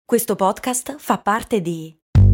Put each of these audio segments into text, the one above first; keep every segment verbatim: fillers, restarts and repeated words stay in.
Questo podcast fa parte di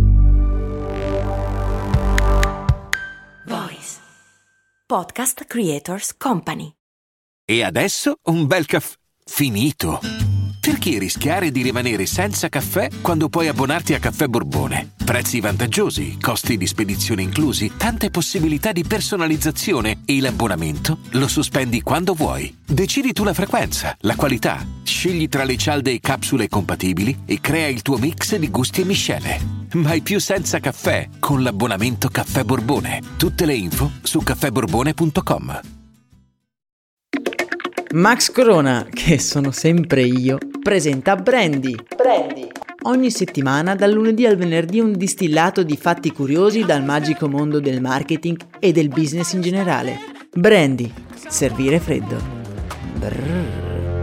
Voice Podcast Creators Company. E adesso un bel caffè finito. Perché rischiare di rimanere senza caffè quando puoi abbonarti a Caffè Borbone? Prezzi vantaggiosi, costi di spedizione inclusi, tante possibilità di personalizzazione e l'abbonamento lo sospendi quando vuoi. Decidi tu la frequenza, la qualità, scegli tra le cialde e capsule compatibili e crea il tuo mix di gusti e miscele. Mai più senza caffè con l'abbonamento Caffè Borbone. Tutte le info su caffè borbone punto com. Max Corona, che sono sempre io, presenta Brandy. Brandy. Ogni settimana, dal lunedì al venerdì, un distillato di fatti curiosi dal magico mondo del marketing e del business in generale. Brandy. Servire freddo. Brrr.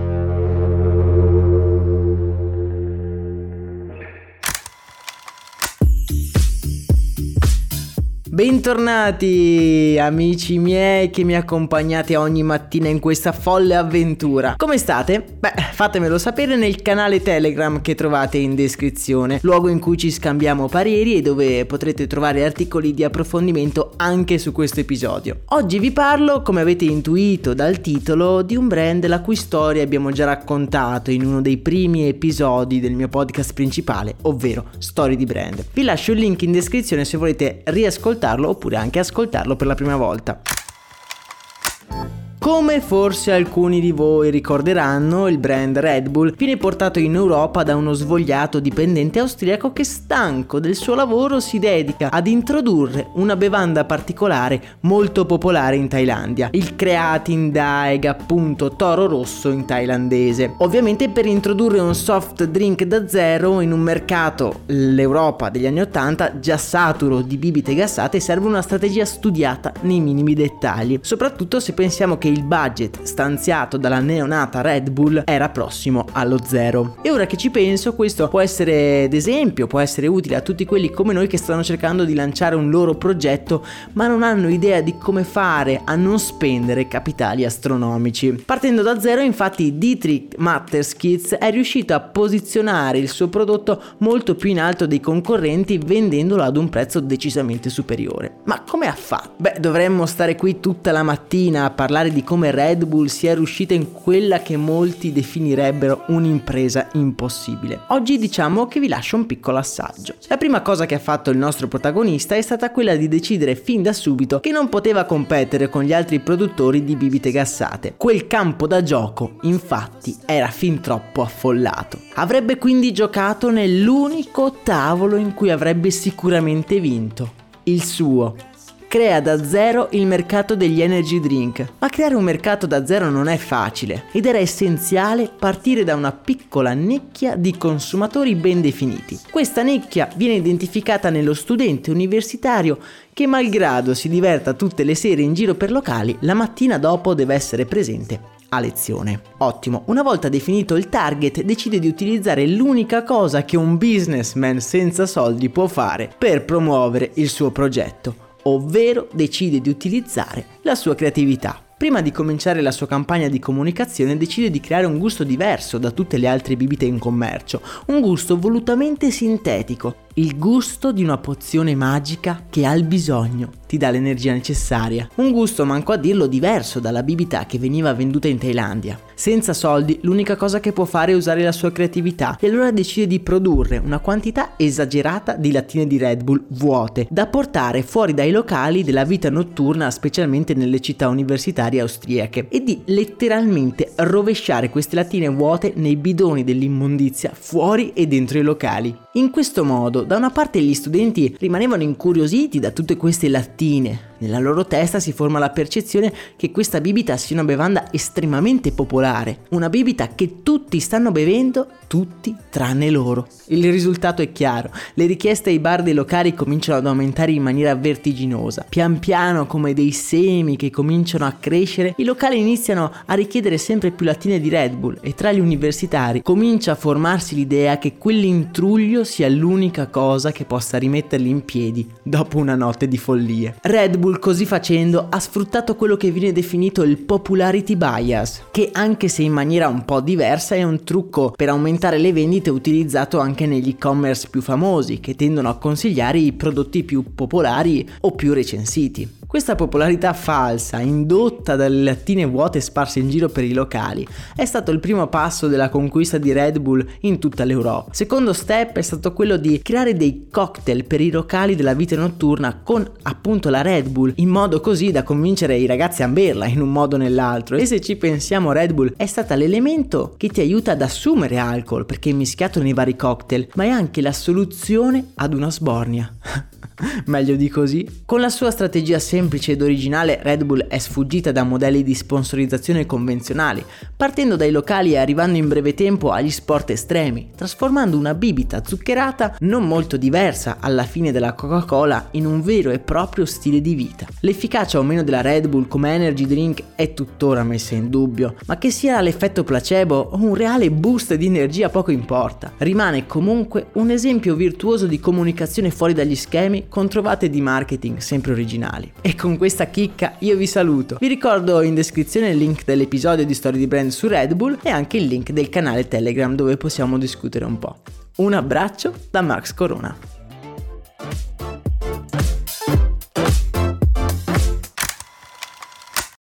Bentornati amici miei che mi accompagnate ogni mattina in questa folle avventura. Come state? Beh, fatemelo sapere nel canale Telegram che trovate in descrizione, luogo in cui ci scambiamo pareri e dove potrete trovare articoli di approfondimento anche su questo episodio. Oggi vi parlo, come avete intuito dal titolo, di un brand la cui storia abbiamo già raccontato in uno dei primi episodi del mio podcast principale, ovvero Storie di Brand. Vi lascio il link in descrizione se volete riascoltare oppure anche ascoltarlo per la prima volta. Come forse alcuni di voi ricorderanno, il brand Red Bull viene portato in Europa da uno svogliato dipendente austriaco che, stanco del suo lavoro, si dedica ad introdurre una bevanda particolare molto popolare in Thailandia, il Creatin Daeg, appunto toro rosso in thailandese. Ovviamente per introdurre un soft drink da zero in un mercato, l'Europa degli anni ottanta, già saturo di bibite gassate, serve una strategia studiata nei minimi dettagli, soprattutto se pensiamo che il budget stanziato dalla neonata Red Bull era prossimo allo zero. E ora che ci penso, questo può essere d'esempio, può essere utile a tutti quelli come noi che stanno cercando di lanciare un loro progetto ma non hanno idea di come fare a non spendere capitali astronomici. Partendo da zero, infatti, Dietrich Mateschitz è riuscito a posizionare il suo prodotto molto più in alto dei concorrenti, vendendolo ad un prezzo decisamente superiore. Ma come ha fatto? Beh, dovremmo stare qui tutta la mattina a parlare di come Red Bull sia riuscita in quella che molti definirebbero un'impresa impossibile. Oggi diciamo che vi lascio un piccolo assaggio. La prima cosa che ha fatto il nostro protagonista è stata quella di decidere fin da subito che non poteva competere con gli altri produttori di bibite gassate. Quel campo da gioco, infatti, era fin troppo affollato. Avrebbe quindi giocato nell'unico tavolo in cui avrebbe sicuramente vinto, il suo. Crea da zero il mercato degli energy drink. Ma creare un mercato da zero non è facile ed era essenziale partire da una piccola nicchia di consumatori ben definiti. Questa nicchia viene identificata nello studente universitario che, malgrado si diverta tutte le sere in giro per locali, la mattina dopo deve essere presente a lezione. Ottimo, una volta definito il target, decide di utilizzare l'unica cosa che un businessman senza soldi può fare per promuovere il suo progetto, ovvero decide di utilizzare la sua creatività. Prima di cominciare la sua campagna di comunicazione decide di creare un gusto diverso da tutte le altre bibite in commercio, un gusto volutamente sintetico, il gusto di una pozione magica che al bisogno ti dà l'energia necessaria. Un gusto, manco a dirlo, diverso dalla bibita che veniva venduta in Thailandia. Senza soldi, l'unica cosa che può fare è usare la sua creatività e allora decide di produrre una quantità esagerata di lattine di Red Bull vuote da portare fuori dai locali della vita notturna, specialmente nelle città universitarie austriache, e di letteralmente rovesciare queste lattine vuote nei bidoni dell'immondizia fuori e dentro i locali. In questo modo, da una parte gli studenti rimanevano incuriositi da tutte queste lattine. Nella loro testa si forma la percezione che questa bibita sia una bevanda estremamente popolare, una bibita che tutti stanno bevendo, tutti tranne loro. Il risultato è chiaro, le richieste ai bar dei locali cominciano ad aumentare in maniera vertiginosa. Pian piano, come dei semi che cominciano a crescere, i locali iniziano a richiedere sempre più lattine di Red Bull e tra gli universitari comincia a formarsi l'idea che quell'intruglio sia l'unica cosa che possa rimetterli in piedi dopo una notte di follie. Red Bull Bull così facendo ha sfruttato quello che viene definito il popularity bias, che anche se in maniera un po' diversa è un trucco per aumentare le vendite utilizzato anche negli e-commerce più famosi, che tendono a consigliare i prodotti più popolari o più recensiti. Questa popolarità falsa, indotta dalle lattine vuote sparse in giro per i locali, è stato il primo passo della conquista di Red Bull in tutta l'Europa. Secondo step è stato quello di creare dei cocktail per i locali della vita notturna con appunto la Red Bull, in modo così da convincere i ragazzi a berla in un modo o nell'altro. E se ci pensiamo, Red Bull è stata l'elemento che ti aiuta ad assumere alcol perché è mischiato nei vari cocktail, ma è anche la soluzione ad una sbornia. Meglio di così? Con la sua strategia semplice ed originale, Red Bull è sfuggita da modelli di sponsorizzazione convenzionali, partendo dai locali e arrivando in breve tempo agli sport estremi, trasformando una bibita zuccherata non molto diversa alla fine della Coca-Cola in un vero e proprio stile di vita. L'efficacia o meno della Red Bull come energy drink è tuttora messa in dubbio, ma che sia l'effetto placebo o un reale boost di energia poco importa. Rimane comunque un esempio virtuoso di comunicazione fuori dagli schemi con trovate di marketing sempre originali. E con questa chicca io vi saluto. Vi ricordo in descrizione il link dell'episodio di Storie di Brand su Red Bull e anche il link del canale Telegram dove possiamo discutere un po'. Un abbraccio da Max Corona.